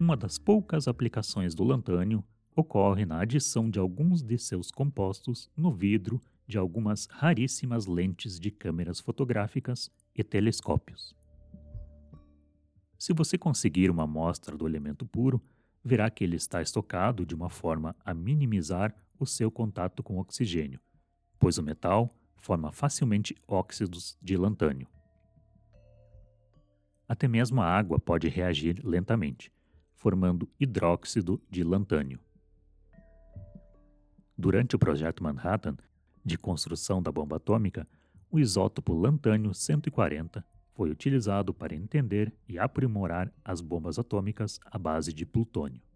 Uma das poucas aplicações do lantânio ocorre na adição de alguns de seus compostos no vidro de algumas raríssimas lentes de câmeras fotográficas e telescópios. Se você conseguir uma amostra do elemento puro, verá que ele está estocado de uma forma a minimizar o seu contato com oxigênio, pois o metal forma facilmente óxidos de lantânio. Até mesmo a água pode reagir lentamente, formando hidróxido de lantânio. Durante o projeto Manhattan, de construção da bomba atômica, o isótopo lantânio-140 foi utilizado para entender e aprimorar as bombas atômicas à base de plutônio.